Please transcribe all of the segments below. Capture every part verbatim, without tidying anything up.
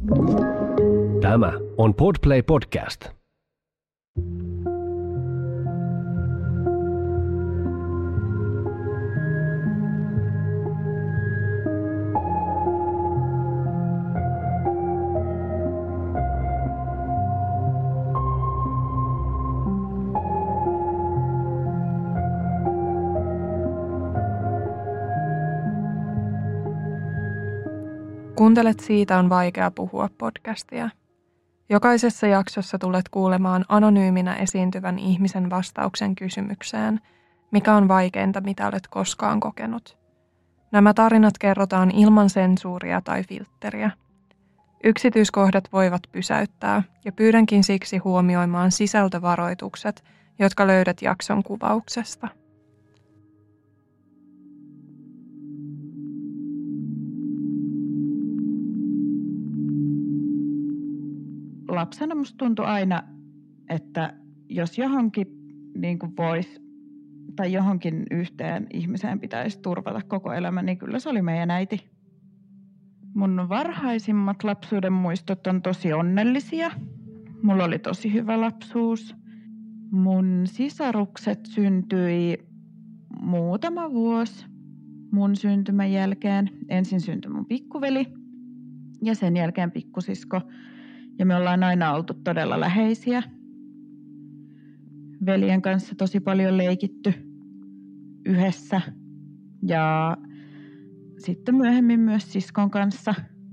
Tämä on Podplay Podcast. Kuuntelet Siitä on vaikea puhua podcastia. Jokaisessa jaksossa tulet kuulemaan anonyyminä esiintyvän ihmisen vastauksen kysymykseen, mikä on vaikeinta, mitä olet koskaan kokenut. Nämä tarinat kerrotaan ilman sensuuria tai filtteriä. Yksityiskohdat voivat pysäyttää ja pyydänkin siksi huomioimaan sisältövaroitukset, jotka löydät jakson kuvauksesta. Lapsena musta tuntui aina, että jos johonkin niin kuin voisi tai johonkin yhteen ihmiseen pitäisi turvata koko elämä, niin kyllä se oli meidän äiti. Mun varhaisimmat lapsuuden muistot on tosi onnellisia. Mulla oli tosi hyvä lapsuus. Mun sisarukset syntyi muutama vuosi mun syntymän jälkeen. Ensin syntyi mun pikkuveli ja sen jälkeen pikkusisko. Ja me ollaan aina oltu todella läheisiä. Veljen kanssa tosi paljon leikitty yhdessä. Ja sitten myöhemmin myös siskon kanssa.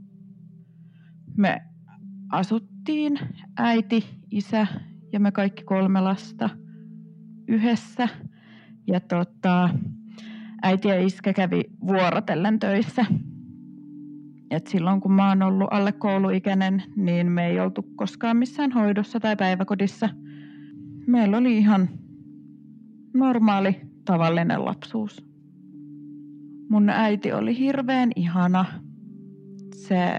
Me asuttiin äiti, isä ja me kaikki kolme lasta yhdessä. Ja tota, äiti ja iskä kävi vuorotellen töissä. Et silloin kun mä oon ollut alle kouluikäinen, niin me ei oltu koskaan missään hoidossa tai päiväkodissa. Meillä oli ihan normaali, tavallinen lapsuus. Mun äiti oli hirveän ihana. Se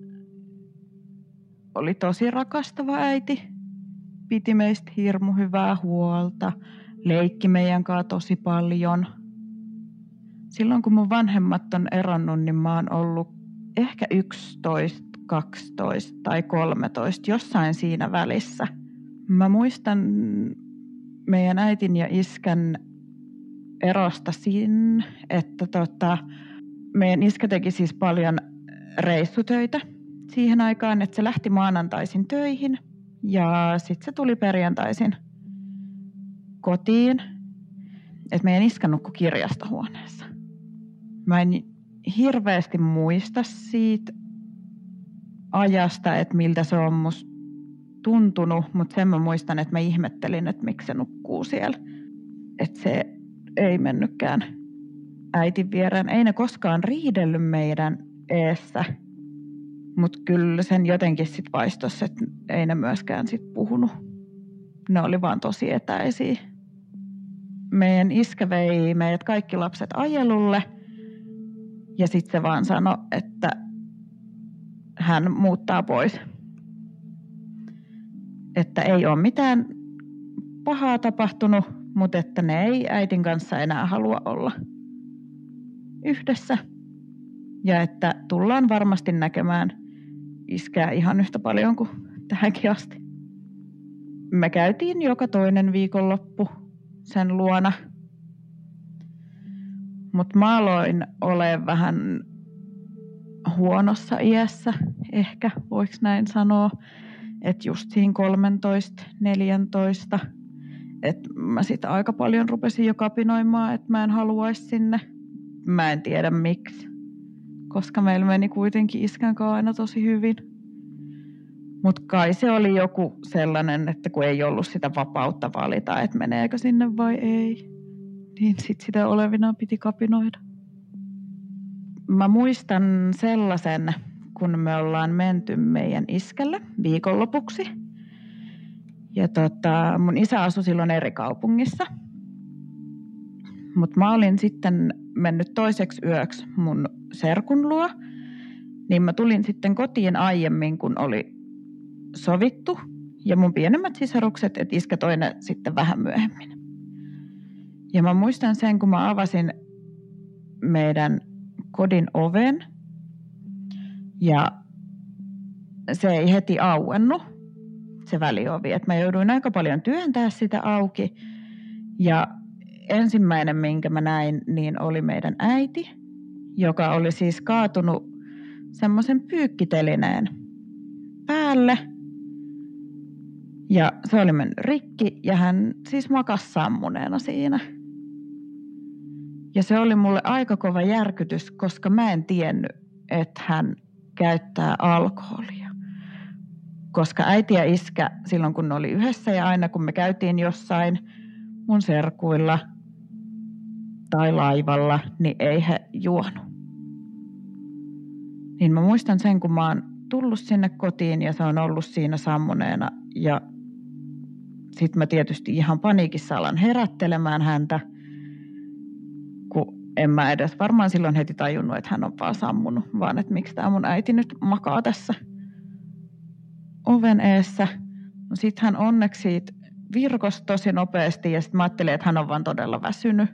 oli tosi rakastava äiti. Piti meistä hirmu hyvää huolta. Leikki meidän kanssa tosi paljon. Silloin kun mun vanhemmat on eronnut, niin mä oon ollut ehkä yksitoista, kaksitoista tai kolmetoista, jossain siinä välissä. Mä muistan meidän äitin ja iskän erosta siinä, että tota, meidän iskä teki siis paljon reissutöitä siihen aikaan, että se lähti maanantaisin töihin ja sitten se tuli perjantaisin kotiin, että meidän iskä nukkui kirjastohuoneessa. Mä en hirveästi muista siitä ajasta, että miltä se on musta tuntunut, mutta sen mä muistan, että mä ihmettelin, että miksi se nukkuu siellä. Että se ei mennytkään äitin viereen. Ei ne koskaan riidellyt meidän eessä, mutta kyllä sen jotenkin sit vaistosi, että ei ne myöskään sit puhunut. Ne oli vaan tosi etäisiä. Meidän iskä vei meidät kaikki lapset ajelulle. Ja sitten se vaan sanoi, että hän muuttaa pois. Että ei ole mitään pahaa tapahtunut, mutta että ne ei äitin kanssa enää halua olla yhdessä. Ja että tullaan varmasti näkemään iskää ihan yhtä paljon kuin tähänkin asti. Me käytiin joka toinen viikonloppu sen luona. Mutta mä aloin olemaan vähän huonossa iässä, ehkä voiko näin sanoa, että just siinä kolmetoista neljätoista, että mä sitä aika paljon rupesin jo kapinoimaan, että mä en haluaisi sinne. Mä en tiedä miksi, koska meillä meni kuitenkin iskän kanssa aina tosi hyvin. Mutta kai se oli joku sellainen, että kun ei ollut sitä vapautta valita, että meneekö sinne vai ei. Niin sit sitä olevina piti kapinoida. Mä muistan sellaisen, kun me ollaan menty meidän iskälle viikonlopuksi. Ja tota, mun isä asui silloin eri kaupungissa. Mutta mä olin sitten mennyt toiseksi yöksi mun serkun luo. Niin mä tulin sitten kotiin aiemmin, kun oli sovittu. Ja mun pienemmät sisarukset, että iskä toinen sitten vähän myöhemmin. Ja mä muistan sen, kun mä avasin meidän kodin oven ja se ei heti auennut, se väliovi. Et mä jouduin aika paljon työntää sitä auki. Ja ensimmäinen, minkä mä näin, niin oli meidän äiti, joka oli siis kaatunut semmoisen pyykkitelineen päälle. Ja se oli mennyt rikki ja hän siis makasi sammuneena siinä. Ja se oli mulle aika kova järkytys, koska mä en tiennyt, että hän käyttää alkoholia. Koska äiti ja iskä silloin kun ne oli yhdessä ja aina kun me käytiin jossain mun serkuilla tai laivalla, niin ei he juonut. Niin mä muistan sen, kun mä oon tullut sinne kotiin ja se on ollut siinä sammuneena ja sit mä tietysti ihan paniikissa alan herättelemään häntä, kun en mä edes varmaan silloin heti tajunnut, että hän on vaan sammunut, vaan että miksi tää mun äiti nyt makaa tässä oven eessä. No sit hän onneksi siitä virkosi tosi nopeasti ja sit mä ajattelin, että hän on vaan todella väsynyt.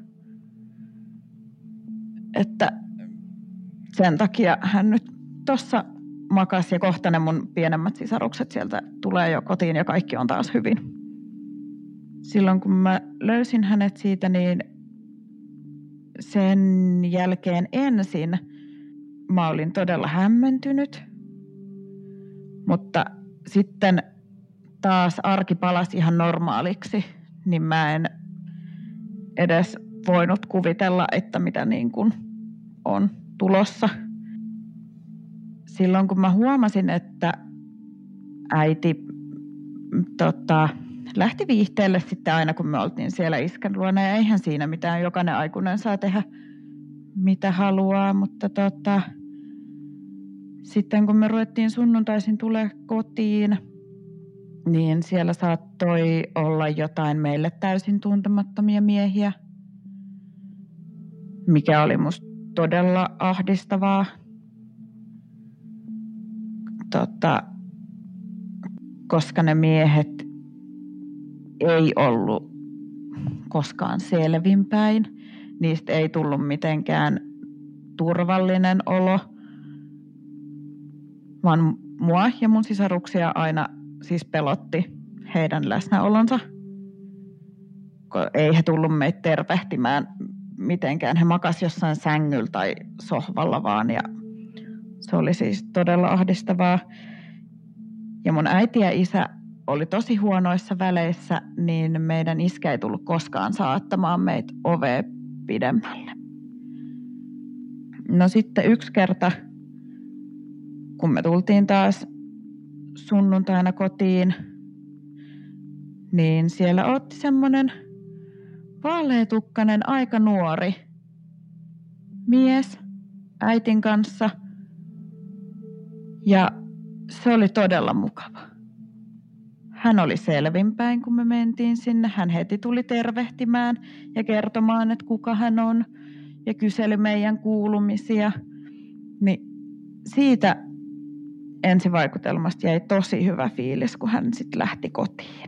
Että sen takia hän nyt tossa makasi ja kohta ne mun pienemmät sisarukset sieltä tulee jo kotiin ja kaikki on taas hyvin. Silloin kun mä löysin hänet siitä, niin sen jälkeen ensin mä olin todella hämmentynyt, mutta sitten taas arki palasi ihan normaaliksi, niin mä en edes voinut kuvitella, että mitä niin kuin on tulossa. Silloin kun mä huomasin, että äiti tota, lähti viihteelle sitten aina, kun me oltiin siellä iskän luona, ja eihän siinä mitään, jokainen aikuinen saa tehdä mitä haluaa, mutta tota, sitten kun me ruvettiin sunnuntaisin tulee kotiin, niin siellä saattoi olla jotain meille täysin tuntemattomia miehiä, mikä oli musta todella ahdistavaa. Tota, koska ne miehet ei ollut koskaan selvinpäin. Niistä ei tullut mitenkään turvallinen olo, vaan mua ja mun sisaruksia aina siis pelotti heidän läsnäolonsa. Ei he tullut meitä tervehtimään mitenkään. He makas jossain sängyllä tai sohvalla vaan ja se oli siis todella ahdistavaa. Ja mun äiti ja isä oli tosi huonoissa väleissä, niin meidän iskä ei tullut koskaan saattamaan meitä ovea pidemmälle. No sitten yksi kerta, kun me tultiin taas sunnuntaina kotiin, niin siellä otti semmoinen vaaleatukkainen aika nuori mies äitin kanssa ja se oli todella mukava. Hän oli selvinpäin, kun me mentiin sinne. Hän heti tuli tervehtimään ja kertomaan, että kuka hän on ja kyseli meidän kuulumisia. Niin siitä ensivaikutelmasta jäi tosi hyvä fiilis, kun hän sitten lähti kotiin.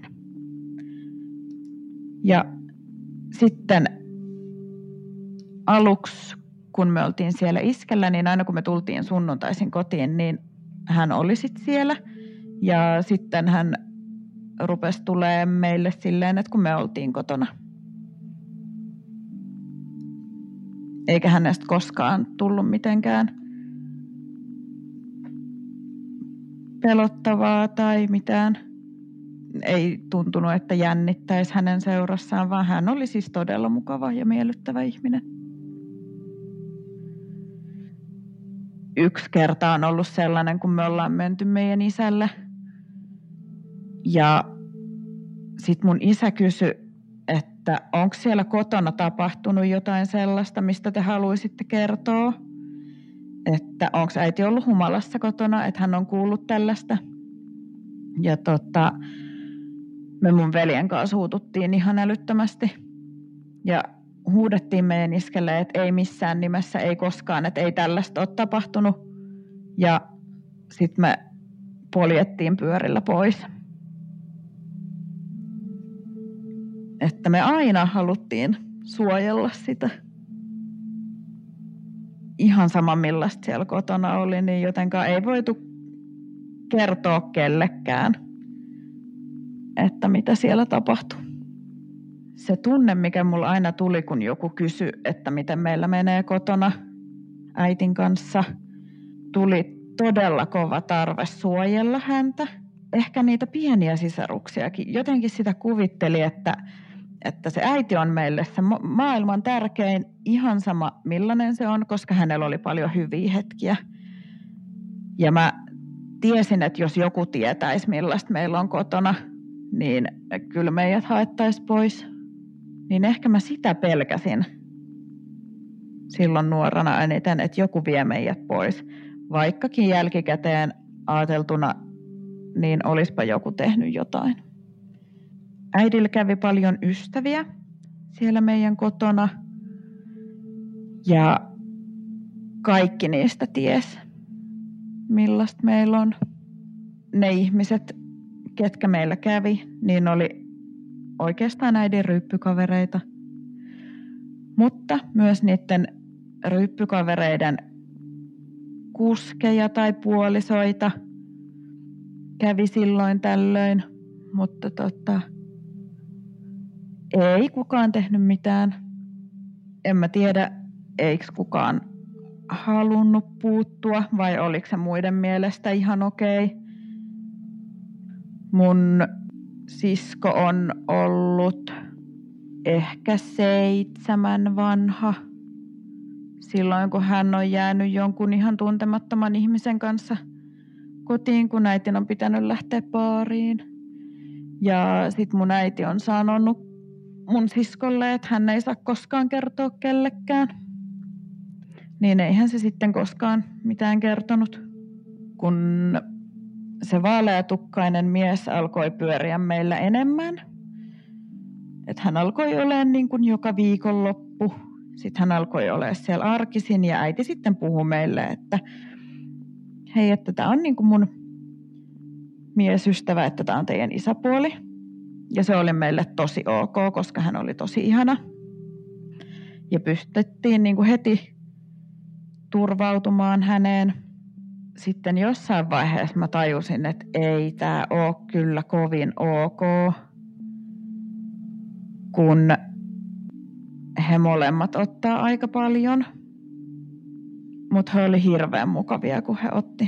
Ja sitten aluksi, kun me oltiin siellä iskellä, niin aina kun me tultiin sunnuntaisin kotiin, niin hän oli sitten siellä. Ja sitten hän rupesi tulemaan meille silleen, että kun me oltiin kotona. Eikä hänestä koskaan tullut mitenkään pelottavaa tai mitään. Ei tuntunut, että jännittäisi hänen seurassaan, vaan hän oli siis todella mukava ja miellyttävä ihminen. Yksi kerta on ollut sellainen, kun me ollaan menty meidän isälle. Ja sit mun isä kysyi, että onko siellä kotona tapahtunut jotain sellaista, mistä te haluaisitte kertoa. Että onko äiti ollut humalassa kotona, että hän on kuullut tällaista. Ja tota, me mun veljen kanssa huututtiin ihan älyttömästi. Ja huudettiin meidän iskelle, että ei missään nimessä, ei koskaan, että ei tällaista ole tapahtunut. Ja sitten me poljettiin pyörillä pois. Että me aina haluttiin suojella sitä. Ihan sama millaista siellä kotona oli, niin jotenkaan ei voitu kertoa kellekään, että mitä siellä tapahtui. Se tunne, mikä mulla aina tuli, kun joku kysyi, että miten meillä menee kotona äitin kanssa, tuli todella kova tarve suojella häntä. Ehkä niitä pieniä sisaruksiakin. Jotenkin sitä kuvitteli, että, että se äiti on meille se ma- maailman tärkein, ihan sama millainen se on, koska hänellä oli paljon hyviä hetkiä. Ja mä tiesin, että jos joku tietäisi, millaista meillä on kotona, niin kyllä meidät haettaisiin pois. Niin ehkä mä sitä pelkäsin silloin nuorana eniten, että joku vie meidät pois. Vaikkakin jälkikäteen ajateltuna, niin olispa joku tehnyt jotain. Äidillä kävi paljon ystäviä siellä meidän kotona. Ja kaikki niistä ties, millaista meillä on. Ne ihmiset, ketkä meillä kävi, niin oli oikeastaan äidin ryyppykavereita. Mutta myös niiden ryyppykavereiden kuskeja tai puolisoita kävi silloin tällöin, mutta tota, ei kukaan tehnyt mitään. En mä tiedä, eikö kukaan halunnut puuttua vai oliko se muiden mielestä ihan okei. Mun sisko on ollut ehkä seitsemän vanha silloin, kun hän on jäänyt jonkun ihan tuntemattoman ihmisen kanssa kotiin, kun äitin on pitänyt lähteä baariin. Ja sit mun äiti on sanonut mun siskolle, että hän ei saa koskaan kertoa kellekään. Niin eihän se sitten koskaan mitään kertonut, kun se vaaleatukkainen mies alkoi pyöriä meillä enemmän. Että hän alkoi olemaan niin kuin joka viikonloppu. Sitten hän alkoi olemaan siellä arkisin ja äiti sitten puhui meille, että hei, että tämä on niin kuin mun miesystävä, että tämä on teidän isäpuoli. Ja se oli meille tosi ok, koska hän oli tosi ihana. Ja pystyttiin niin kuin heti turvautumaan häneen. Sitten jossain vaiheessa mä tajusin, että ei tämä ole kyllä kovin ok, kun he molemmat ottaa aika paljon. Mutta he oli hirveän mukavia, kun he otti.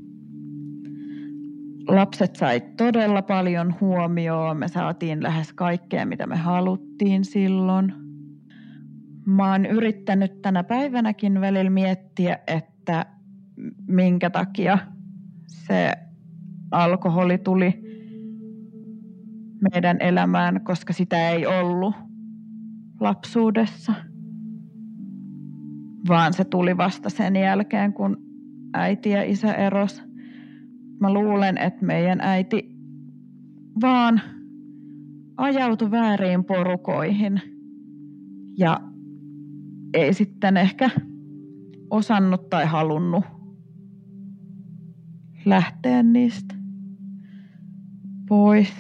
Lapset sai todella paljon huomioon. Me saatiin lähes kaikkea, mitä me haluttiin silloin. Mä oon yrittänyt tänä päivänäkin välillä miettiä, että minkä takia se alkoholi tuli meidän elämään, koska sitä ei ollut lapsuudessa, vaan se tuli vasta sen jälkeen, kun äiti ja isä eros. Mä luulen, että meidän äiti vaan ajautui vääriin porukoihin ja ei sitten ehkä osannut tai halunnut lähteä niistä pois.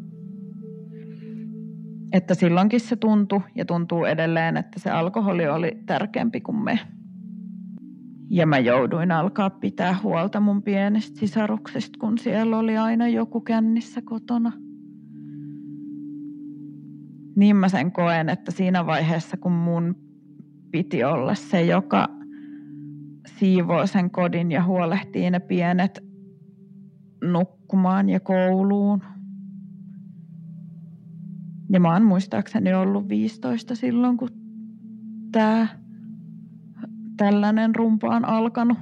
Että silloinkin se tuntui ja tuntuu edelleen, että se alkoholi oli tärkeämpi kuin me. Ja mä jouduin alkaa pitää huolta mun pienistä sisaruksista, kun siellä oli aina joku kännissä kotona. Niin mä sen koen, että siinä vaiheessa, kun mun piti olla se, joka siivoo sen kodin ja huolehtii ne pienet nukkumaan ja kouluun. Ja mä oon muistaakseni ollut viisitoista silloin, kun tää tällainen rumpa on alkanut.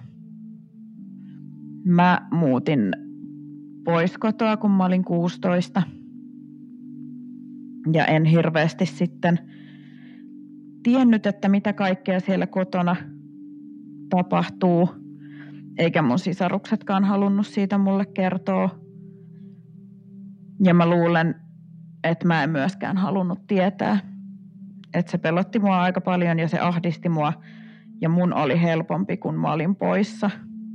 Mä muutin pois kotoa, kun mä olin kuusitoista. Ja en hirveästi sitten tiennyt, että mitä kaikkea siellä kotona tapahtuu. Eikä mun sisaruksetkaan halunnut siitä mulle kertoa. Ja mä luulen, että mä en myöskään halunnut tietää. Että se pelotti mua aika paljon ja se ahdisti mua. Ja mun oli helpompi, kun mä olin poissa.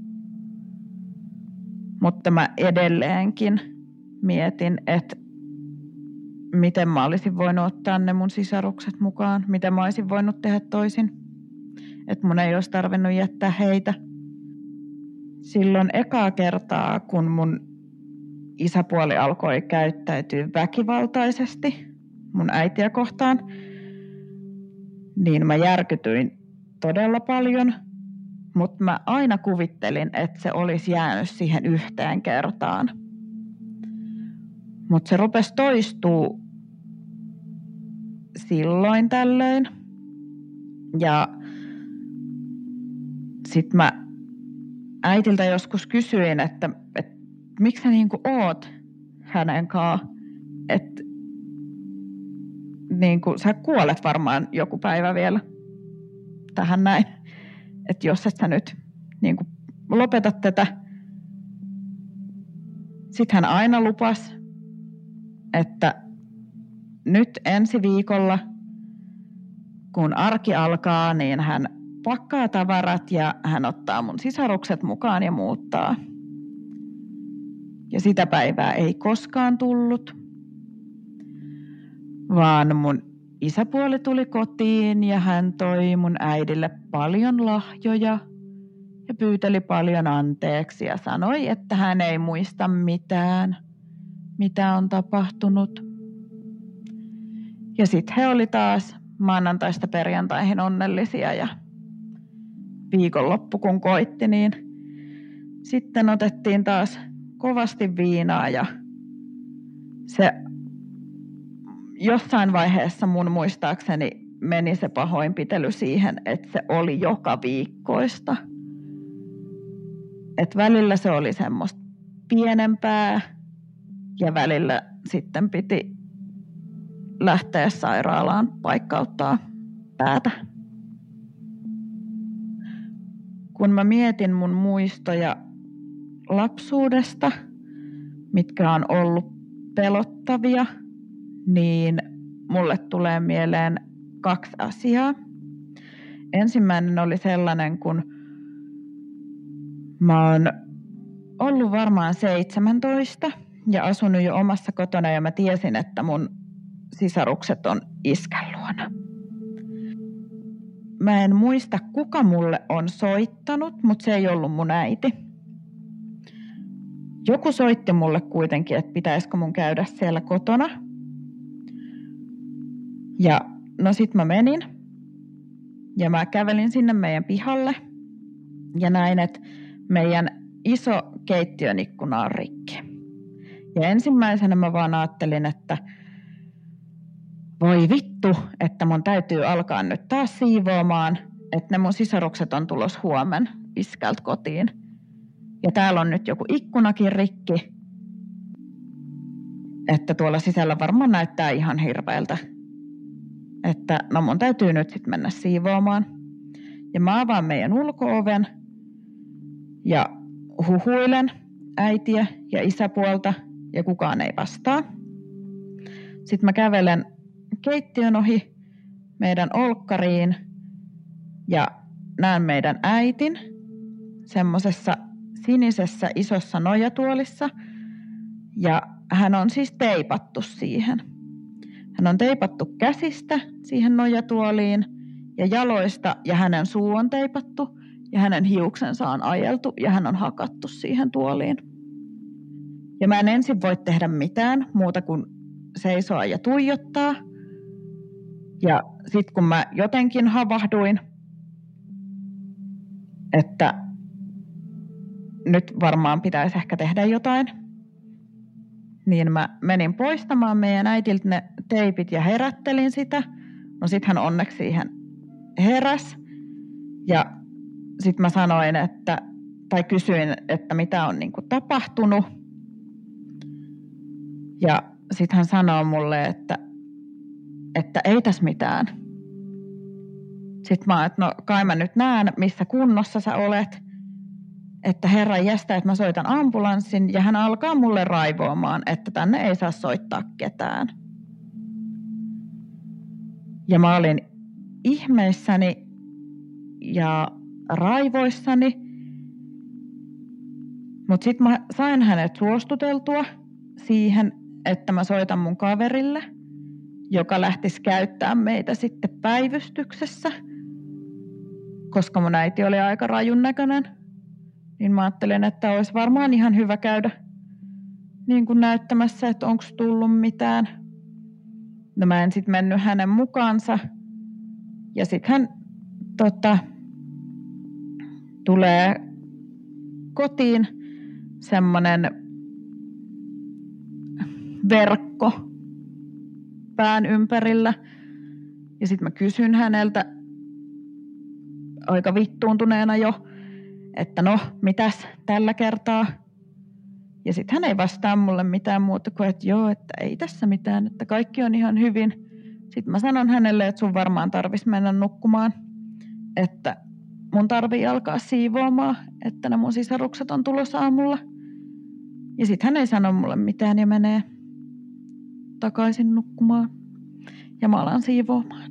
Mutta mä edelleenkin mietin, että miten mä olisin voinut ottaa ne mun sisarukset mukaan. Miten mä olisin voinut tehdä toisin. Että mun ei olisi tarvinnut jättää heitä. silloin ekaa kertaa, kun mun isäpuoli alkoi käyttäytyä väkivaltaisesti mun äitiä kohtaan, niin mä järkytyin todella paljon, mutta mä aina kuvittelin, että se olisi jäänyt siihen yhteen kertaan. Mutta se rupesi toistuu silloin tällöin. Ja sit mä äitiltä joskus kysyin, että, että miksi sä niinku oot hänen kanssaan, että niinku, sä kuolet varmaan joku päivä vielä tähän näin, että jos et sä nyt niinku lopeta tätä. Sitten hän aina lupasi, että nyt ensi viikolla, kun arki alkaa, niin hän pakkaa tavarat ja hän ottaa mun sisarukset mukaan ja muuttaa. Ja sitä päivää ei koskaan tullut, vaan mun isäpuoli tuli kotiin ja hän toi mun äidille paljon lahjoja ja pyyteli paljon anteeksi ja sanoi, että hän ei muista mitään, mitä on tapahtunut. Ja sitten he oli taas maanantaista perjantaihin onnellisia ja viikonloppu kun koitti, niin sitten otettiin taas kovasti viinaa ja se jossain vaiheessa mun muistaakseni meni se pahoinpitely siihen, että se oli joka viikkoista. Et välillä se oli semmoista pienempää ja välillä sitten piti lähteä sairaalaan paikkauttaa päätä. Kun mä mietin mun muistoja lapsuudesta, mitkä on ollut pelottavia, niin mulle tulee mieleen kaksi asiaa. Ensimmäinen oli sellainen, kun mä oon ollut varmaan seitsemäntoista ja asunut jo omassa kotona ja mä tiesin, että mun sisarukset on iskän luona. Mä en muista, kuka mulle on soittanut, mutta se ei ollut mun äiti. Joku soitti mulle kuitenkin, että pitäisikö mun käydä siellä kotona. Ja no sit mä menin ja mä kävelin sinne meidän pihalle ja näin, että meidän iso keittiön ikkuna on rikki. Ja ensimmäisenä mä vaan ajattelin, että voi vittu, että mun täytyy alkaa nyt taas siivoamaan, että ne mun sisarukset on tulos huomen iskältä kotiin. Ja täällä on nyt joku ikkunakin rikki, että tuolla sisällä varmaan näyttää ihan hirveältä. Että no mun täytyy nyt sitten mennä siivoamaan. Ja mä avaan meidän ulko-oven ja huhuilen äitiä ja isäpuolta ja kukaan ei vastaa. Sitten mä kävelen keittiön ohi meidän olkkariin ja näen meidän äitin semmosessa sinisessä isossa nojatuolissa ja hän on siis teipattu siihen. Hän on teipattu käsistä siihen nojatuoliin ja jaloista ja hänen suu on teipattu ja hänen hiuksensa on ajeltu ja hän on hakattu siihen tuoliin. Ja mä en ensin voi tehdä mitään muuta kuin seisoa ja tuijottaa. Ja sit kun mä jotenkin havahduin, että nyt varmaan pitäisi ehkä tehdä jotain, niin mä menin poistamaan meidän äitiltä ne teipit ja herättelin sitä. No sit hän onneksi siihen heräs. Ja sit mä sanoin, että, tai kysyin, että mitä on niinku tapahtunut. Ja sit hän sanoo mulle, että, että ei tässä mitään. Sitten mä oon, että no kai mä nyt näen, missä kunnossa sä olet. Että herra jästä, että mä soitan ambulanssin ja hän alkaa mulle raivoamaan, että tänne ei saa soittaa ketään. Ja mä olin ihmeissäni ja raivoissani, mutta sitten mä sain hänet suostuteltua siihen, että mä soitan mun kaverille, joka lähtisi käyttämään meitä sitten päivystyksessä, koska mun äiti oli aika rajun näköinen. Niin mä ajattelin, että olisi varmaan ihan hyvä käydä niin kuin näyttämässä, että onko tullut mitään. No mä en sitten mennyt hänen mukaansa. Ja sitten hän tota, tulee kotiin semmoinen verkko pään ympärillä. Ja sitten mä kysyn häneltä aika vittuuntuneena jo, että no, mitäs tällä kertaa? Ja sitten hän ei vastaa mulle mitään muuta kuin, että joo, että ei tässä mitään, että kaikki on ihan hyvin. Sitten mä sanon hänelle, että sun varmaan tarvitsisi mennä nukkumaan, että mun tarvii alkaa siivoamaan, että ne mun sisarukset on tulossa aamulla. Ja sitten hän ei sano mulle mitään ja menee takaisin nukkumaan ja mä alan siivoamaan.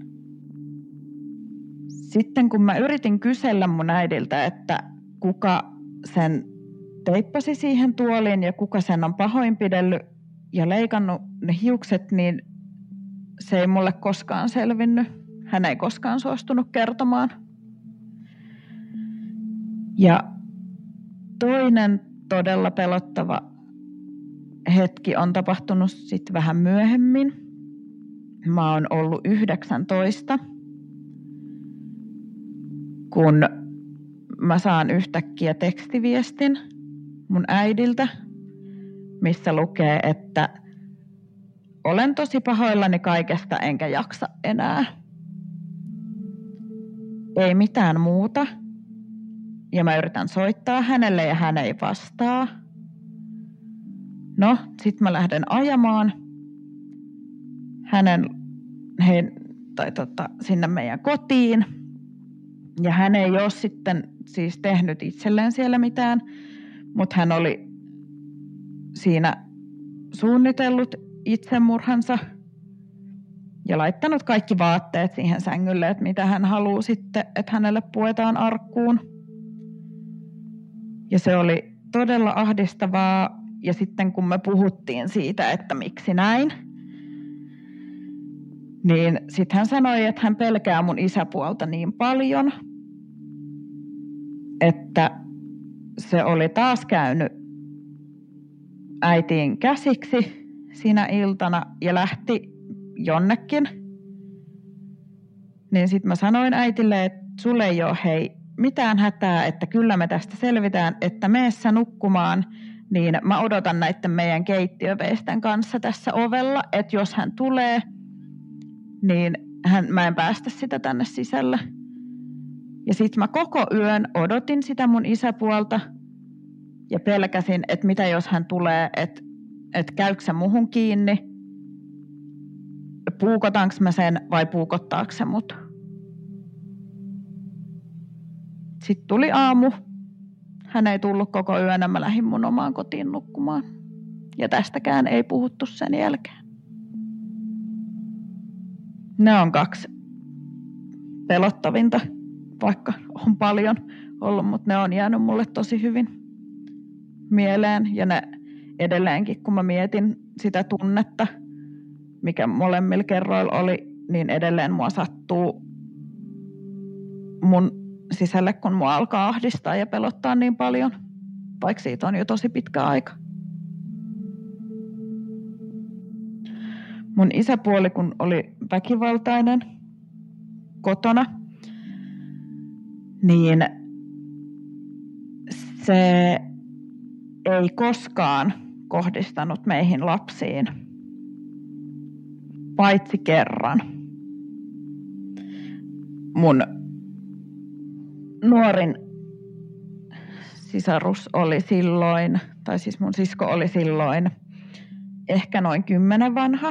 Sitten kun mä yritin kysellä mun äidiltä, että kuka sen teippasi siihen tuoliin ja kuka sen on pahoinpidellyt ja leikannut ne hiukset, niin se ei mulle koskaan selvinnyt. Hän ei koskaan suostunut kertomaan. Ja toinen todella pelottava hetki on tapahtunut sitten vähän myöhemmin. Mä oon ollut yhdeksäntoista, kun mä saan yhtäkkiä tekstiviestin mun äidiltä, missä lukee, että olen tosi pahoillani kaikesta enkä jaksa enää. Ei mitään muuta. Ja mä yritän soittaa hänelle ja hän ei vastaa. No, sit mä lähden ajamaan hänen, he, tai tota, sinne meidän kotiin. Ja hän ei ole sitten siis tehnyt itselleen siellä mitään, mutta hän oli siinä suunnitellut itsemurhansa ja laittanut kaikki vaatteet siihen sängylle, että mitä hän haluaa sitten, että hänelle puetaan arkkuun. Ja se oli todella ahdistavaa. Ja sitten kun me puhuttiin siitä, että miksi näin, niin sitten hän sanoi, että hän pelkää mun isäpuolta niin paljon, että se oli taas käynyt äitiin käsiksi siinä iltana ja lähti jonnekin. Niin sitten mä sanoin äitille, että sulle ei ole hei mitään hätää, että kyllä me tästä selvitään, että mene sä nukkumaan, niin mä odotan näiden meidän keittiöveisten kanssa tässä ovella, että jos hän tulee, niin hän, mä en päästä sitä tänne sisälle. Ja sit mä koko yön odotin sitä mun isäpuolta ja pelkäsin, että mitä jos hän tulee, että, että käykö se muhun kiinni, puukotaanko mä sen vai puukottaako se mut. Sitten tuli aamu. Hän ei tullut koko yönä, mä lähdin mun omaan kotiin nukkumaan. Ja tästäkään ei puhuttu sen jälkeen. Ne on kaksi pelottavinta, vaikka on paljon ollut, mutta ne on jäänyt mulle tosi hyvin mieleen. Ja ne edelleenkin, kun mä mietin sitä tunnetta, mikä molemmilla kerroilla oli, niin edelleen mua sattuu mun sisälle, kun mua alkaa ahdistaa ja pelottaa niin paljon, vaikka siitä on jo tosi pitkä aika. Mun isäpuoli, kun oli väkivaltainen kotona, niin se ei koskaan kohdistanut meihin lapsiin, paitsi kerran. Mun nuorin sisarus oli silloin, tai siis mun sisko oli silloin ehkä noin kymmenen vanha.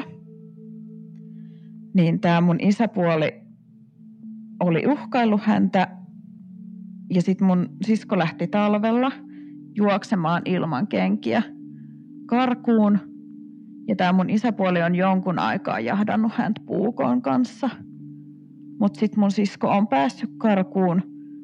Niin tää mun isäpuoli oli uhkaillut häntä ja sit mun sisko lähti talvella juoksemaan ilman kenkiä karkuun. Ja tää mun isäpuoli on jonkun aikaa jahdannut häntä puukon kanssa. Mut sit mun sisko on päässyt karkuun.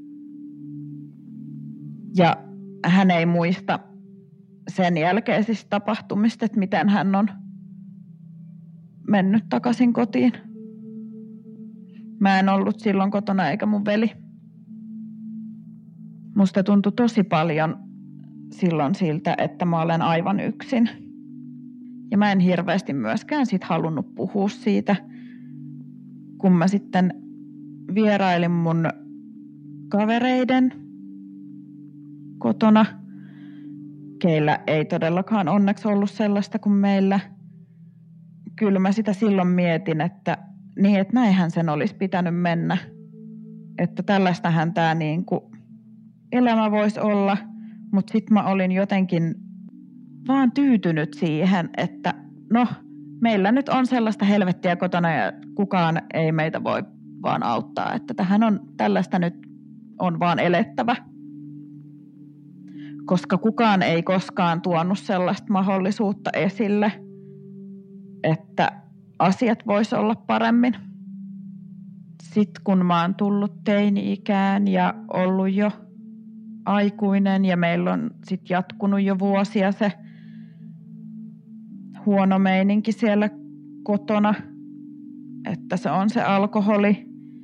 Ja hän ei muista sen jälkeisistä tapahtumista, että miten hän on mennyt takaisin kotiin. Mä en ollut silloin kotona eikä mun veli. musta tuntui tosi paljon silloin siltä, että mä olen aivan yksin. Ja mä en hirveästi myöskään sit halunnut puhua siitä, kun mä sitten vierailin mun kavereiden kotona, keillä ei todellakaan onneksi ollut sellaista kuin meillä. Kyllä mä sitä silloin mietin, että niin, että näinhän sen olisi pitänyt mennä. Että tällaistähän tämä niinku elämä voisi olla, mutta sitten mä olin jotenkin vaan tyytynyt siihen, että no, meillä nyt on sellaista helvettiä kotona ja kukaan ei meitä voi vaan auttaa, että tähän on tällaista nyt on vaan elettävä. Koska kukaan ei koskaan tuonut sellaista mahdollisuutta esille, että asiat vois olla paremmin. Sitten kun mä oon tullut teini-ikään ja ollut jo aikuinen ja meillä on sit jatkunut jo vuosia se huono meininki siellä kotona, että se on se alkoholi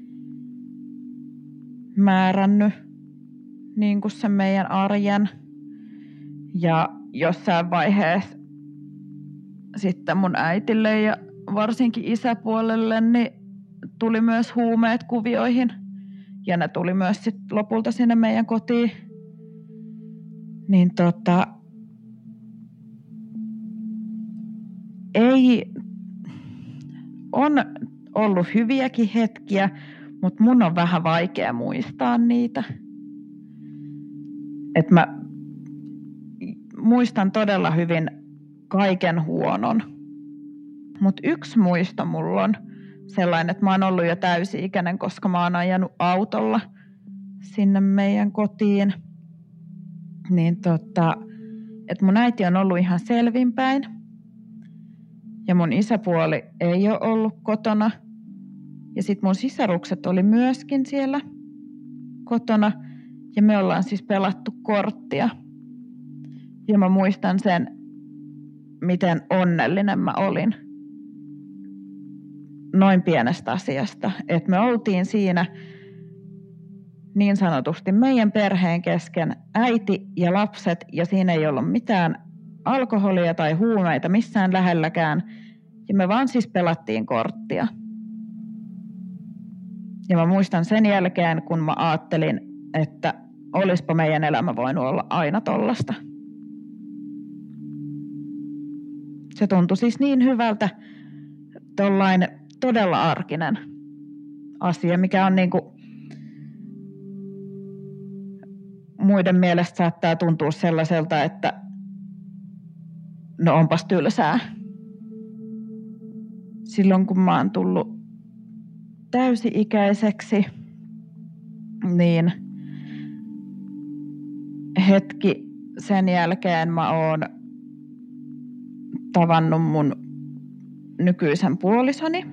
määrännyt niin kuin se meidän arjen. Ja jossain vaiheessa sitten mun äitille ja varsinkin isäpuolelle niin tuli myös huumeet kuvioihin. Ja ne tuli myös sit lopulta sinne meidän kotiin. Niin tota, ei, on ollut hyviäkin hetkiä, mutta mun on vähän vaikea muistaa niitä. Et mä muistan todella hyvin kaiken huonon. Mutta yksi muisto mulla on sellainen, että mä oon ollut jo täysi-ikäinen, koska mä oon ajanut autolla sinne meidän kotiin. Niin tota, että mun äiti on ollut ihan selvinpäin. Ja mun isäpuoli ei ole ollut kotona. Ja sit mun sisarukset oli myöskin siellä kotona. Ja me ollaan siis pelattu korttia. Ja mä muistan sen, miten onnellinen mä olin noin pienestä asiasta. Että me oltiin siinä niin sanotusti meidän perheen kesken äiti ja lapset. Ja siinä ei ollut mitään alkoholia tai huumeita missään lähelläkään. Ja me vaan siis pelattiin korttia. Ja mä muistan sen jälkeen, kun mä ajattelin, että olispa meidän elämä voinut olla aina tollasta. Se tuntui siis niin hyvältä, tollain todella arkinen asia, mikä on niinku muiden mielestä saattaa tuntua sellaiselta, että no onpas tylsää. Silloin kun mä oon tullut täysi-ikäiseksi, niin hetki sen jälkeen mä oon tavannut mun nykyisen puolisoni.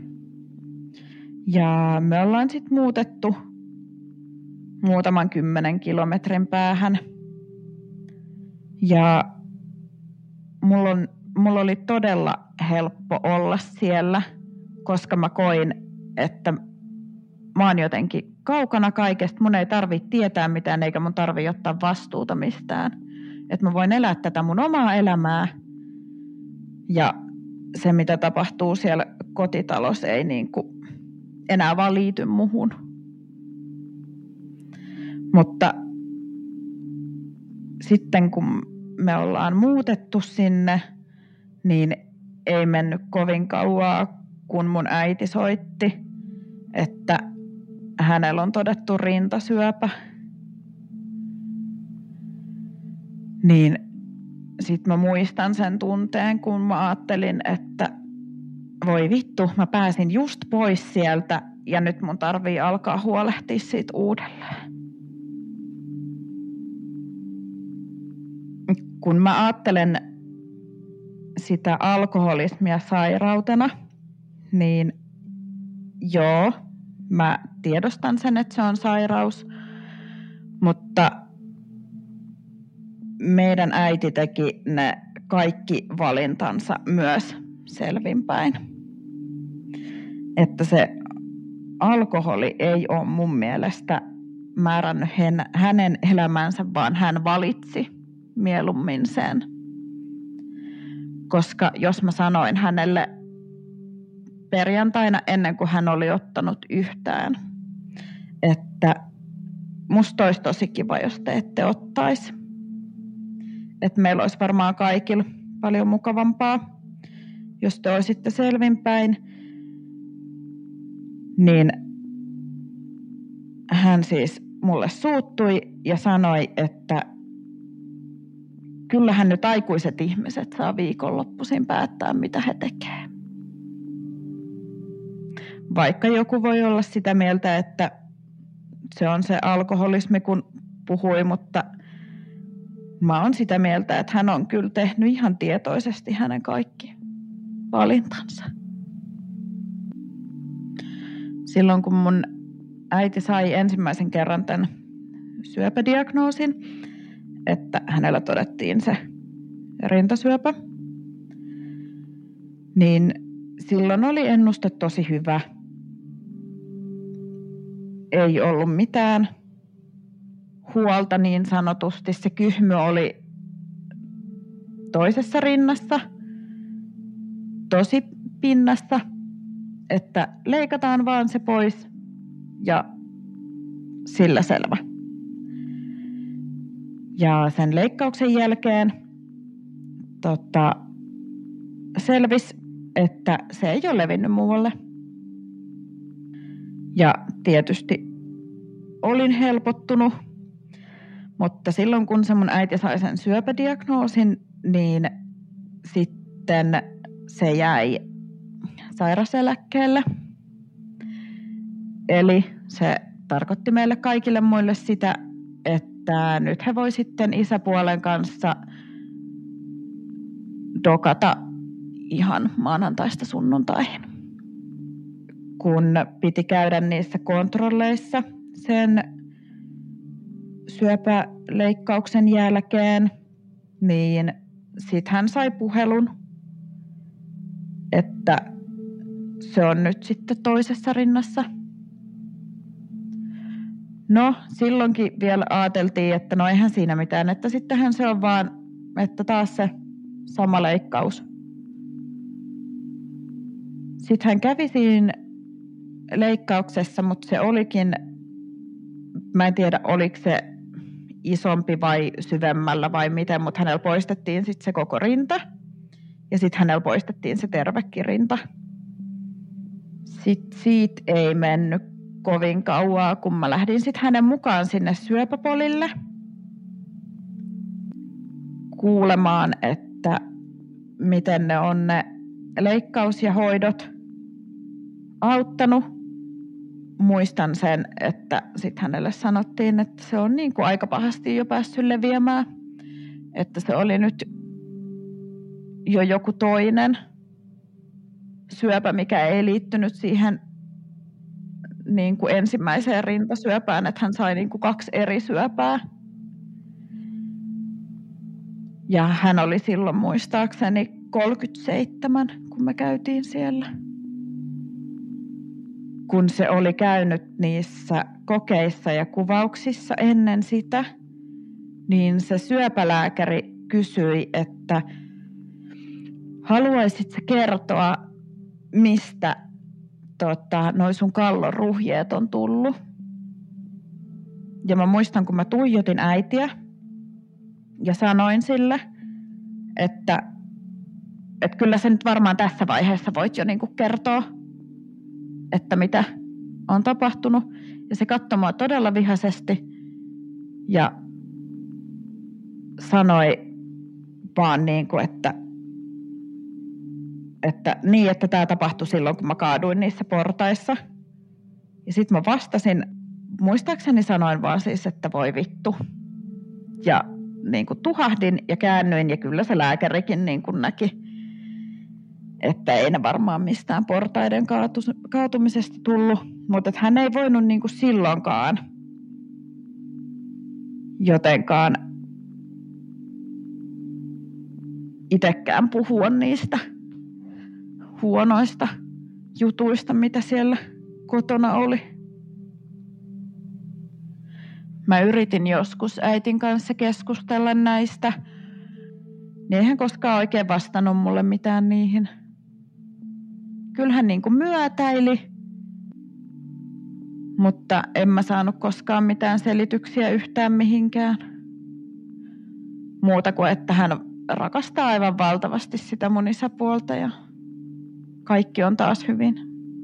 Ja me ollaan sit muutettu muutaman kymmenen kilometrin päähän. Ja mulla, on, mulla oli todella helppo olla siellä, koska mä koin, että mä oon jotenkin kaukana kaikesta. Mun ei tarvitse tietää mitään, eikä mun tarvitse ottaa vastuuta mistään. Että mä voin elää tätä mun omaa elämää. Ja se, mitä tapahtuu siellä kotitalossa, ei niin kuin enää vaan liity muhun. Mutta sitten kun me ollaan muutettu sinne, niin ei mennyt kovin kauaa, kun mun äiti soitti, että hänellä on todettu rintasyöpä. Niin sit mä muistan sen tunteen, kun mä ajattelin, että voi vittu, mä pääsin just pois sieltä ja nyt mun tarvii alkaa huolehtia siitä uudelleen. Kun mä ajattelen sitä alkoholismia sairautena, niin joo, mä tiedostan sen, että se on sairaus, mutta meidän äiti teki ne kaikki valintansa myös selvinpäin. Että se alkoholi ei ole mun mielestä määrännyt hänen elämänsä, vaan hän valitsi mieluummin sen. Koska jos mä sanoin hänelle perjantaina ennen kuin hän oli ottanut yhtään, että musta olisi tosi kiva, jos te ette ottaisi. Että meillä olisi varmaan kaikilla paljon mukavampaa, jos te olisitte selvinpäin. Niin hän siis mulle suuttui ja sanoi, että kyllähän nyt aikuiset ihmiset saa viikonloppuisin päättää, mitä he tekee. Vaikka joku voi olla sitä mieltä, että se on se alkoholismi, kun puhui, mutta mä oon sitä mieltä, että hän on kyllä tehnyt ihan tietoisesti hänen kaikki valintansa. Silloin kun mun äiti sai ensimmäisen kerran tämän syöpädiagnoosin, että hänellä todettiin se rintasyöpä, niin silloin oli ennuste tosi hyvä. Ei ollut mitään huolta niin sanotusti. Se kyhmy oli toisessa rinnassa, tosi pinnassa, että leikataan vaan se pois ja sillä selvä. Ja sen leikkauksen jälkeen tota, selvisi, että se ei ole levinnyt muualle. Ja tietysti olin helpottunut, mutta silloin kun se mun äiti sai sen syöpädiagnoosin, niin sitten se jäi sairaseläkkeelle. Eli se tarkoitti meille kaikille muille sitä, että nyt he voi sitten isäpuolen kanssa dokata ihan maanantaista sunnuntaihin. Kun piti käydä niissä kontrolleissa sen syöpäleikkauksen jälkeen, niin sitten hän sai puhelun, että se on nyt sitten toisessa rinnassa. No, silloinkin vielä ajateltiin, että no eihän siinä mitään, että sittenhän se on vaan, että taas se sama leikkaus. Sitten hän kävi siinä leikkauksessa, mutta se olikin, mä en tiedä oliko se isompi vai syvemmällä vai miten, mutta hänellä poistettiin sitten se koko rinta ja sitten hänellä poistettiin se tervekin rinta. Sitten siitä ei mennyt kovin kauaa, kun mä lähdin sitten hänen mukaan sinne syöpäpolille kuulemaan, että miten ne on ne leikkaus ja hoidot auttanut. Muistan sen, että sitten hänelle sanottiin, että se on niin kuin aika pahasti jo päässyt leviämään, että se oli nyt jo joku toinen syöpä, mikä ei liittynyt siihen niin kuin ensimmäiseen rintasyöpään, että hän sai niin kuin kaksi eri syöpää. Ja hän oli silloin muistaakseni kolmekymmentäseitsemän, kun me käytiin siellä. Kun se oli käynyt niissä kokeissa ja kuvauksissa ennen sitä, niin se syöpälääkäri kysyi, että haluaisitko kertoa, mistä tota, noi sun kallon ruhjeet on tullut. Ja mä muistan, kun mä tuijotin äitiä ja sanoin sille, että, että kyllä sä nyt varmaan tässä vaiheessa voit jo niinku kertoa, että mitä on tapahtunut. Ja se katsoi mua todella vihaisesti ja sanoi vaan niin kuin, että, että niin, että tämä tapahtui silloin, kun mä kaaduin niissä portaissa. Ja sitten mä vastasin, muistaakseni sanoin vaan siis, että voi vittu. Ja niin kuin tuhahdin ja käännyin ja kyllä se lääkärikin niin kuin näki, että ei ne varmaan mistään portaiden kaatumisesta tullut, mutta hän ei voinut niin kuin silloinkaan jotenkaan itsekään puhua niistä huonoista jutuista, mitä siellä kotona oli. Mä yritin joskus äitin kanssa keskustella näistä, niin eihän koskaan oikein vastannut mulle mitään niihin. Kyllähän niin kuin myötäili, mutta en mä saanut koskaan mitään selityksiä yhtään mihinkään. Muuta kuin, että hän rakastaa aivan valtavasti sitä mun isäpuolta ja kaikki on taas hyvin.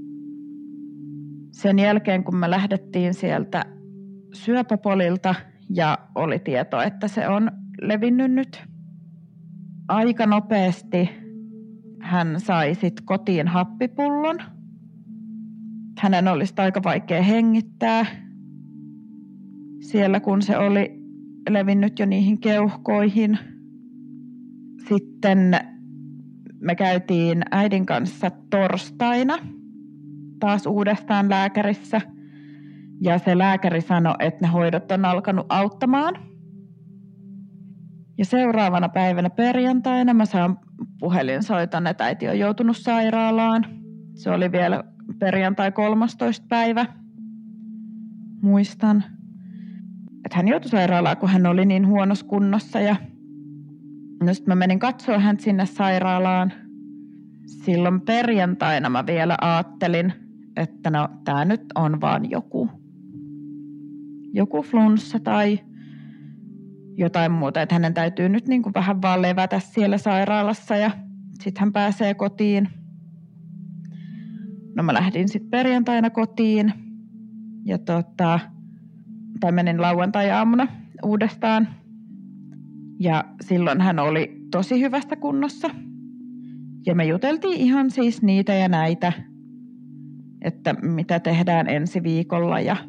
Sen jälkeen, kun me lähdettiin sieltä syöpäpolilta ja oli tieto, että se on levinnyt nyt aika nopeasti, hän sai sitten kotiin happipullon. Hänen olisi aika vaikea hengittää siellä, kun se oli levinnyt jo niihin keuhkoihin. Sitten me käytiin äidin kanssa torstaina taas uudestaan lääkärissä. Ja se lääkäri sanoi, että ne hoidot on alkanut auttamaan. Ja seuraavana päivänä perjantaina mä saan puhelinsoiton, että äiti on joutunut sairaalaan. Se oli vielä perjantai kolmastoista päivä. Muistan, että hän joutui sairaalaan, kun hän oli niin huonossa kunnossa. Ja no sitten mä menin katsoa häntä sinne sairaalaan. Silloin perjantaina mä vielä ajattelin, että no tää nyt on vaan joku. Joku flunssa tai jotain muuta, että hänen täytyy nyt niin kuin vähän vaan levätä siellä sairaalassa ja sitten hän pääsee kotiin. No mä lähdin sitten perjantaina kotiin ja tota, tai menin lauantai-aamuna uudestaan ja silloin hän oli tosi hyvässä kunnossa ja me juteltiin ihan siis niitä ja näitä, että mitä tehdään ensi viikolla ja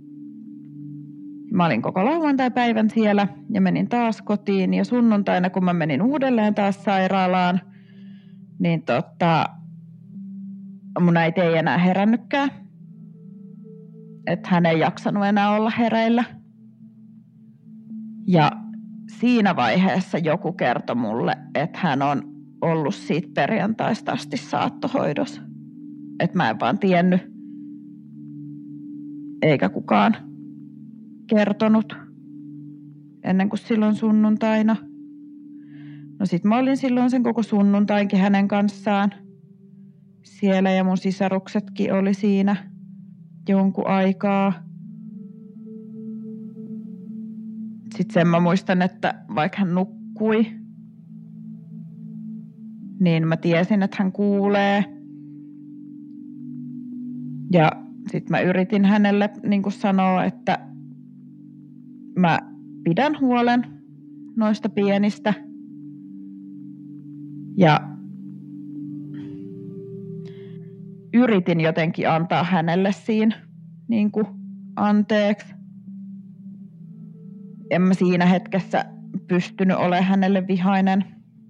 mä olin koko lauantai-päivän siellä ja menin taas kotiin ja sunnuntaina, kun mä menin uudelleen taas sairaalaan, niin tota, mun äiti ei enää herännytkään. Että hän ei jaksanut enää olla hereillä. Ja siinä vaiheessa joku kertoi mulle, että hän on ollut siitä perjantaista asti saattohoidossa. Että mä en vaan tiennyt, eikä kukaan kertonut ennen kuin silloin sunnuntaina. No sit mä olin silloin sen koko sunnuntainkin hänen kanssaan siellä ja mun sisaruksetkin oli siinä jonkun aikaa. Sitten sen mä muistan, että vaikka hän nukkui, niin mä tiesin, että hän kuulee. Ja sitten mä yritin hänelle niin kuin sanoa, että mä pidän huolen noista pienistä. Ja yritin jotenkin antaa hänelle siinä niin kuin anteeksi. En mä siinä hetkessä pystynyt olemaan hänelle vihainen.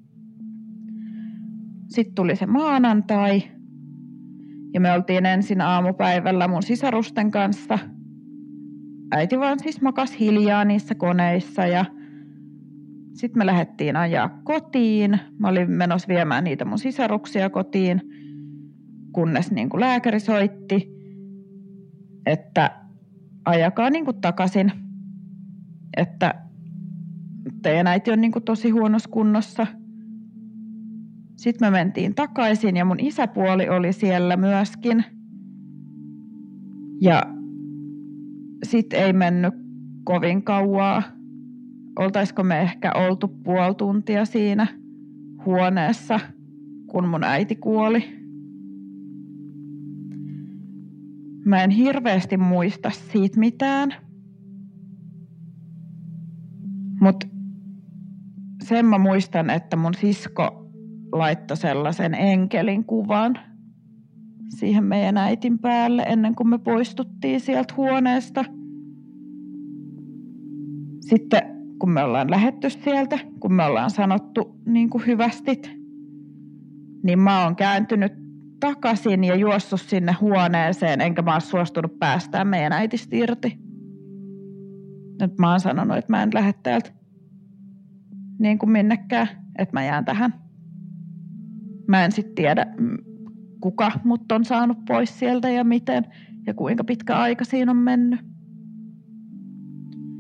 Sitten tuli se maanantai. Ja me oltiin ensin aamupäivällä mun sisarusten kanssa. Äiti vaan siis makas hiljaa niissä koneissa ja sitten me lähdettiin ajaa kotiin. Mä olin menossa viemään niitä mun sisaruksia kotiin, kunnes niin kuin lääkäri soitti, että ajakaa niin kuin takaisin, että teidän äiti on niin kuin tosi huonossa kunnossa. Sitten me mentiin takaisin ja mun isäpuoli oli siellä myöskin. Ja sitten ei mennyt kovin kauaa. Oltaisiko me ehkä oltu puoli tuntia siinä huoneessa, kun mun äiti kuoli. Mä en hirveästi muista siitä mitään. Mut sen mä muistan, että mun sisko laittoi sellaisen enkelin kuvan siihen meidän äitin päälle ennen kuin me poistuttiin sieltä huoneesta. Sitten kun me ollaan lähdetty sieltä, kun me ollaan sanottu niin kuin hyvästit, niin mä oon kääntynyt takaisin ja juossut sinne huoneeseen, enkä mä oon suostunut päästään meidän äitistä irti. Nyt mä oon sanonut, että mä en lähde täältä niin kuin minnekään, että mä jään tähän. Mä en sit tiedä, kuka mut on saanut pois sieltä ja miten ja kuinka pitkä aika siinä on mennyt.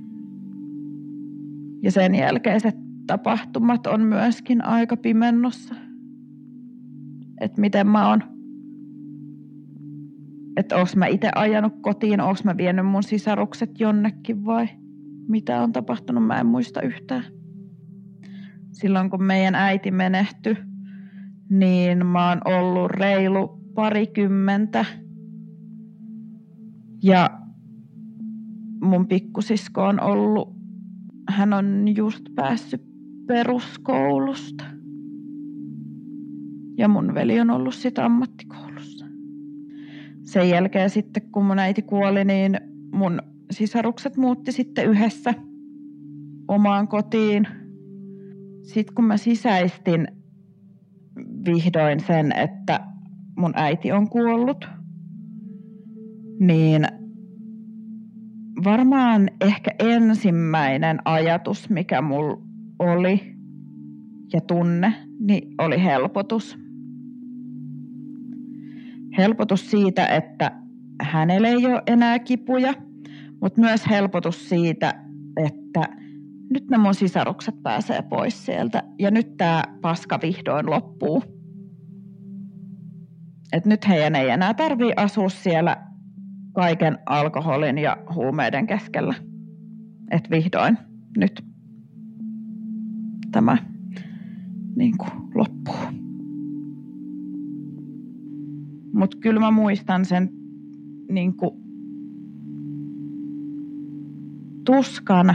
Ja sen jälkeiset tapahtumat on myöskin aika pimennossa. Että miten mä oon, että onks mä itse ajanut kotiin, onks mä vienyt mun sisarukset jonnekin vai mitä on tapahtunut, mä en muista yhtään. Silloin kun meidän äiti menehtyi, niin mä oon ollut reilu parikymmentä. Ja mun pikkusisko on ollut, hän on just päässyt peruskoulusta. Ja mun veli on ollut sit ammattikoulussa. Sen jälkeen sitten kun mun äiti kuoli, niin mun sisarukset muutti sitten yhdessä omaan kotiin. Sitten kun mä sisäistin vihdoin sen, että mun äiti on kuollut, niin varmaan ehkä ensimmäinen ajatus, mikä mulla oli ja tunne, niin oli helpotus. Helpotus siitä, että hänellä ei ole enää kipuja, mutta myös helpotus siitä, että nyt ne mun sisarukset pääsee pois sieltä ja nyt tää paska vihdoin loppuu. Et nyt heidän ei enää tarvii asua siellä kaiken alkoholin ja huumeiden keskellä. Et vihdoin nyt tämä niin kuin loppuu. Mut kyllä mä muistan sen niin kuin tuskan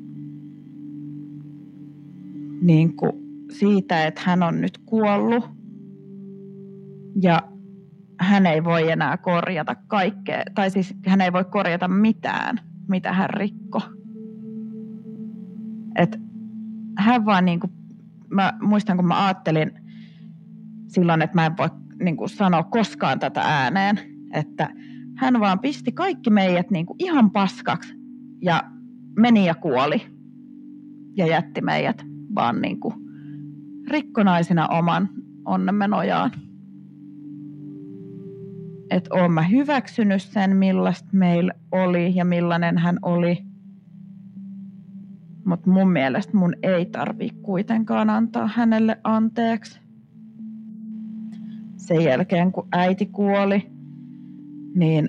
niin kuin siitä, että hän on nyt kuollut ja hän ei voi enää korjata kaikkea, tai siis hän ei voi korjata mitään, mitä hän rikko. Et hän vaan niin kuin, mä muistan kun mä ajattelin silloin, että mä en voi niin kuin sanoa koskaan tätä ääneen, että hän vaan pisti kaikki meidät niin kuin ihan paskaksi ja meni ja kuoli ja jätti meidät vaan niin kuin rikkonaisina oman onnemme nojaan. Että oon mä hyväksynyt sen, millaista meillä oli ja millainen hän oli. Mutta mun mielestä mun ei tarvii kuitenkaan antaa hänelle anteeksi. Sen jälkeen kun äiti kuoli, niin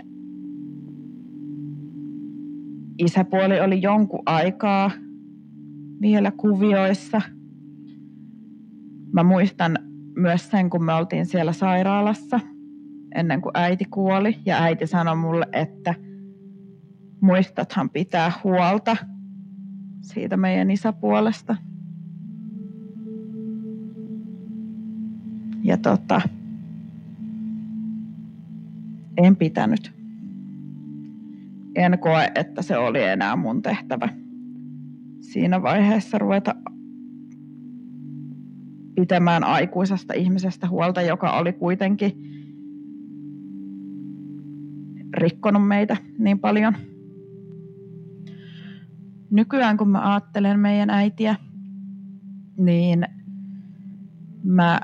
isäpuoli oli jonkun aikaa vielä kuvioissa. Mä muistan myös sen, kun me oltiin siellä sairaalassa ennen kuin äiti kuoli. Ja äiti sanoi mulle, että muistathan pitää huolta siitä meidän isäpuolesta. Ja tota, en pitänyt. En koe, että se oli enää mun tehtävä siinä vaiheessa ruveta pitämään aikuisesta ihmisestä huolta, joka oli kuitenkin rikkonut meitä niin paljon. Nykyään kun mä ajattelen meidän äitiä, niin mä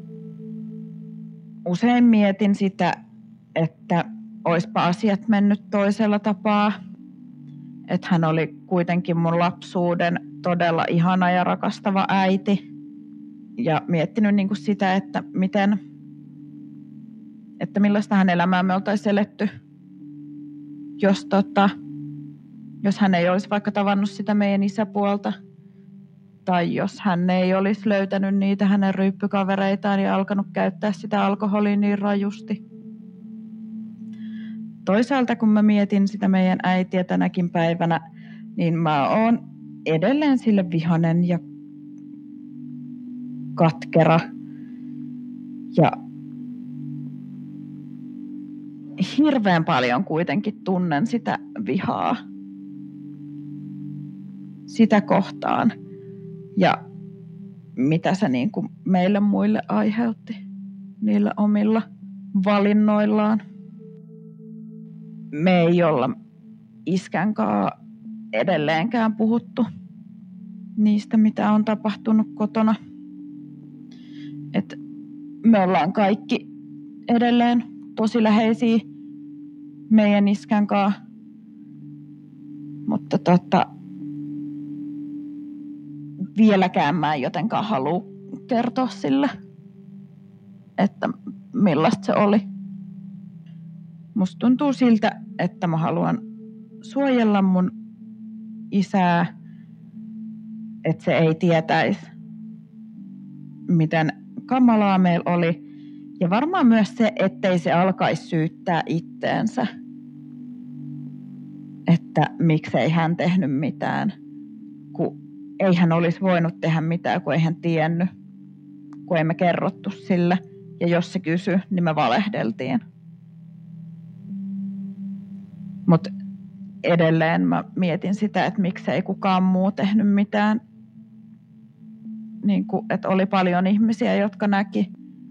usein mietin sitä, että oispa asiat mennyt toisella tapaa. Että hän oli kuitenkin mun lapsuuden todella ihana ja rakastava äiti. Ja miettinyt niin kuin sitä, että miten, että millaista hän elämää me oltaisiin eletty, jos, tota, jos hän ei olisi vaikka tavannut sitä meidän isäpuolta. Tai jos hän ei olisi löytänyt niitä hänen ryyppykavereitaan ja alkanut käyttää sitä alkoholia niin rajusti. Toisaalta kun mä mietin sitä meidän äitiä tänäkin päivänä, niin mä oon edelleen sille vihanen ja katkera. Ja hirveän paljon kuitenkin tunnen sitä vihaa sitä kohtaan. Ja mitä se niin kuin meille muille aiheutti niillä omilla valinnoillaan. Me ei olla iskänkaan edelleenkään puhuttu niistä, mitä on tapahtunut kotona. Et me ollaan kaikki edelleen tosi läheisiä meidän iskän kanssa. Mutta tota, vieläkään mä en jotenkaan halua kertoa sille, että millaista se oli. Musta tuntuu siltä, että mä haluan suojella mun isää, että se ei tietäisi, miten kamalaa meillä oli. Ja varmaan myös se, ettei se alkaisi syyttää itteensä, että miksei hän tehnyt mitään, kun ei hän olisi voinut tehdä mitään, kun ei hän tiennyt, kun ei me kerrottu sille. Ja jos se kysyi, niin me valehdeltiin. Mutta edelleen mä mietin sitä, että miksei kukaan muu tehnyt mitään. Niin kuin, että oli paljon ihmisiä, jotka näki,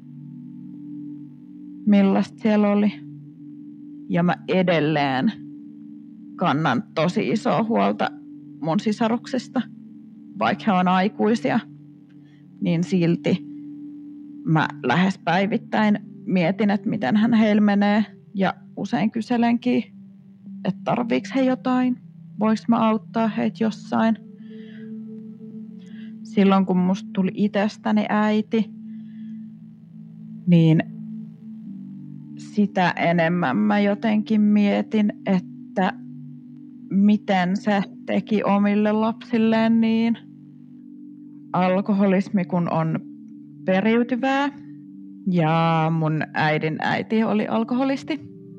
millaista siellä oli. Ja mä edelleen kannan tosi isoa huolta mun sisaruksista. Vaikka he on aikuisia, niin silti mä lähes päivittäin mietin, että miten hän heillä menee. Ja usein kyselenkin, että tarviiko he jotain, voiko mä auttaa heitä jossain. Silloin kun musta tuli itsestäni äiti, niin sitä enemmän mä jotenkin mietin, että miten se teki omille lapsilleen niin. Alkoholismi kun on periytyvää ja mun äidin äiti oli alkoholisti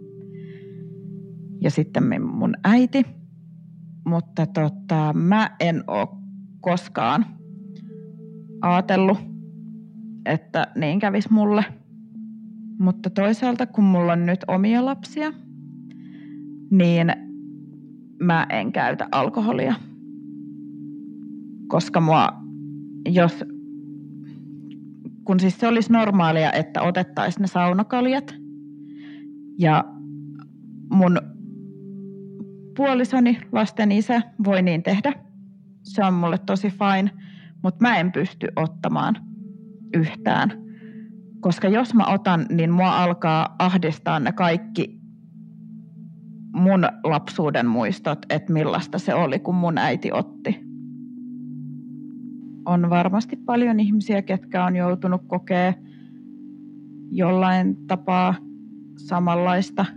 ja sitten mun äiti, mutta tota, mä en ole koskaan ajatellut, että niin kävisi mulle. Mutta toisaalta kun mulla on nyt omia lapsia, niin mä en käytä alkoholia. Koska mua, jos, kun siis se olisi normaalia, että otettaisiin ne saunakaljat ja mun puolisoni, lasten isä, voi niin tehdä. Se on mulle tosi fine, mutta mä en pysty ottamaan yhtään. Koska jos mä otan, niin mua alkaa ahdistaa ne kaikki mun lapsuuden muistot, että millaista se oli, kun mun äiti otti. On varmasti paljon ihmisiä, ketkä on joutunut kokea jollain tapaa samanlaista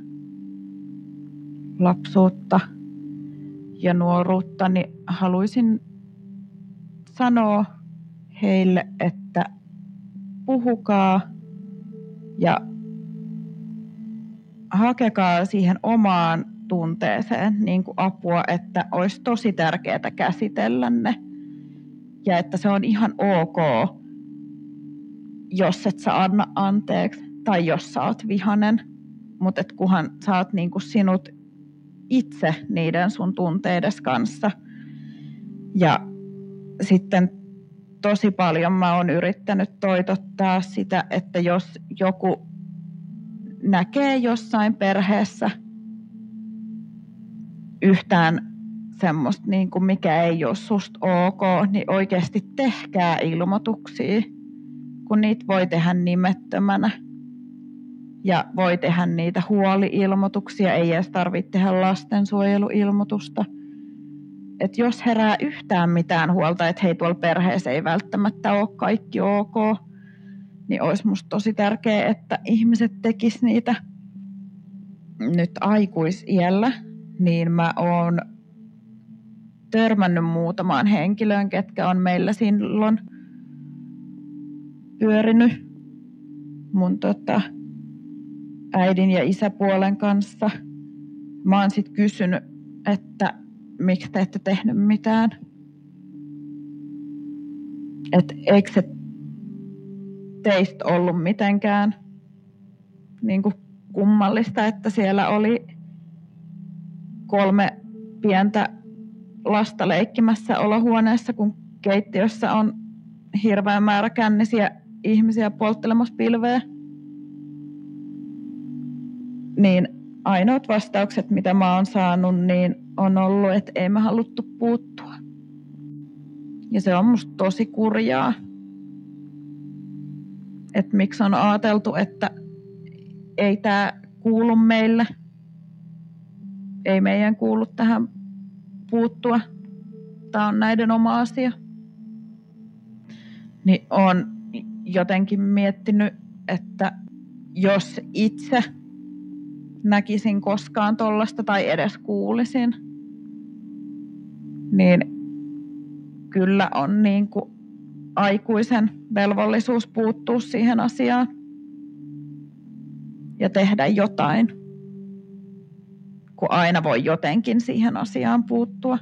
lapsuutta ja nuoruutta, niin haluaisin sanoa heille, että puhukaa ja hakekaa siihen omaan tunteeseen niin kuin apua, että olisi tosi tärkeää käsitellä ne. Ja että se on ihan ok, jos et sä anna anteeksi tai jos sä oot vihanen. Mutta et kunhan sä oot niin kuin sinut itse niiden sun tunteides kanssa. Ja sitten tosi paljon mä oon yrittänyt toitottaa sitä, että jos joku näkee jossain perheessä yhtään semmoista, niin kuin mikä ei ole susta ok, niin oikeasti tehkää ilmoituksia, kun niitä voi tehdä nimettömänä. Ja voi tehdä niitä huoli-ilmoituksia, ei edes tarvitse tehdä lastensuojeluilmoitusta. Että jos herää yhtään mitään huolta, että hei, tuolla perheessä ei välttämättä ole kaikki ok, niin olisi musta tosi tärkeää, että ihmiset tekis niitä nyt aikuisiällä. Niin mä oon törmännyt muutamaan henkilöön, ketkä on meillä silloin pyörinyt mun tota, äidin ja isäpuolen kanssa. Mä oon sit kysynyt, että miksi te ette tehnyt mitään. Että eikö se teistä ollut mitenkään niin kuin kummallista, että siellä oli kolme pientä lasta leikkimässä olohuoneessa, kun keittiössä on hirveä määrä kännisiä ihmisiä polttelemassa pilveä. Niin ainoat vastaukset, mitä mä oon saanut, niin on ollut, että ei me haluttu puuttua. Ja se on musta tosi kurjaa. Että miksi on ajateltu, että ei tää kuulu meille. Ei meidän kuulu tähän puuttua. Tää on näiden oma asia. niin olen jotenkin miettinyt, että jos itse näkisin koskaan tollasta tai edes kuulisin, niin kyllä on niin kuin aikuisen velvollisuus puuttua siihen asiaan ja tehdä jotain, kun aina voi jotenkin siihen asiaan puuttua.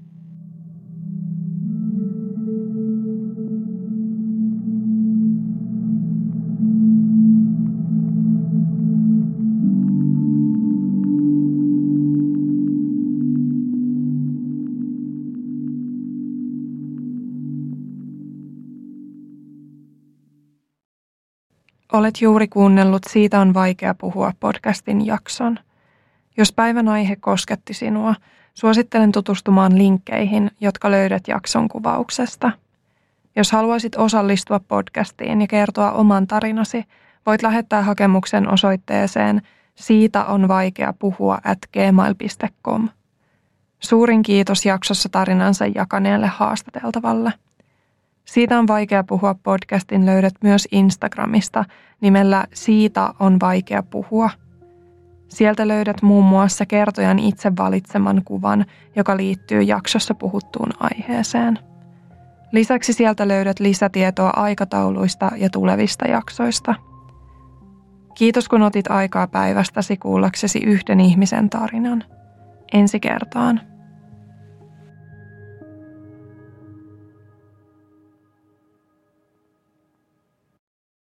Olet juuri kuunnellut Siitä on vaikea puhua podcastin jakson. Jos päivän aihe kosketti sinua, suosittelen tutustumaan linkkeihin, jotka löydät jakson kuvauksesta. Jos haluaisit osallistua podcastiin ja kertoa oman tarinasi, voit lähettää hakemuksen osoitteeseen siitä on vaikea puhua at gmail piste com. Suurin kiitos jaksossa tarinansa jakaneelle haastateltavalle. Siitä on vaikea puhua podcastin löydät myös Instagramista nimellä Siitä on vaikea puhua. Sieltä löydät muun muassa kertojan itse valitseman kuvan, joka liittyy jaksossa puhuttuun aiheeseen. Lisäksi sieltä löydät lisätietoa aikatauluista ja tulevista jaksoista. Kiitos kun otit aikaa päivästäsi kuullaksesi yhden ihmisen tarinan. Ensi kertaan.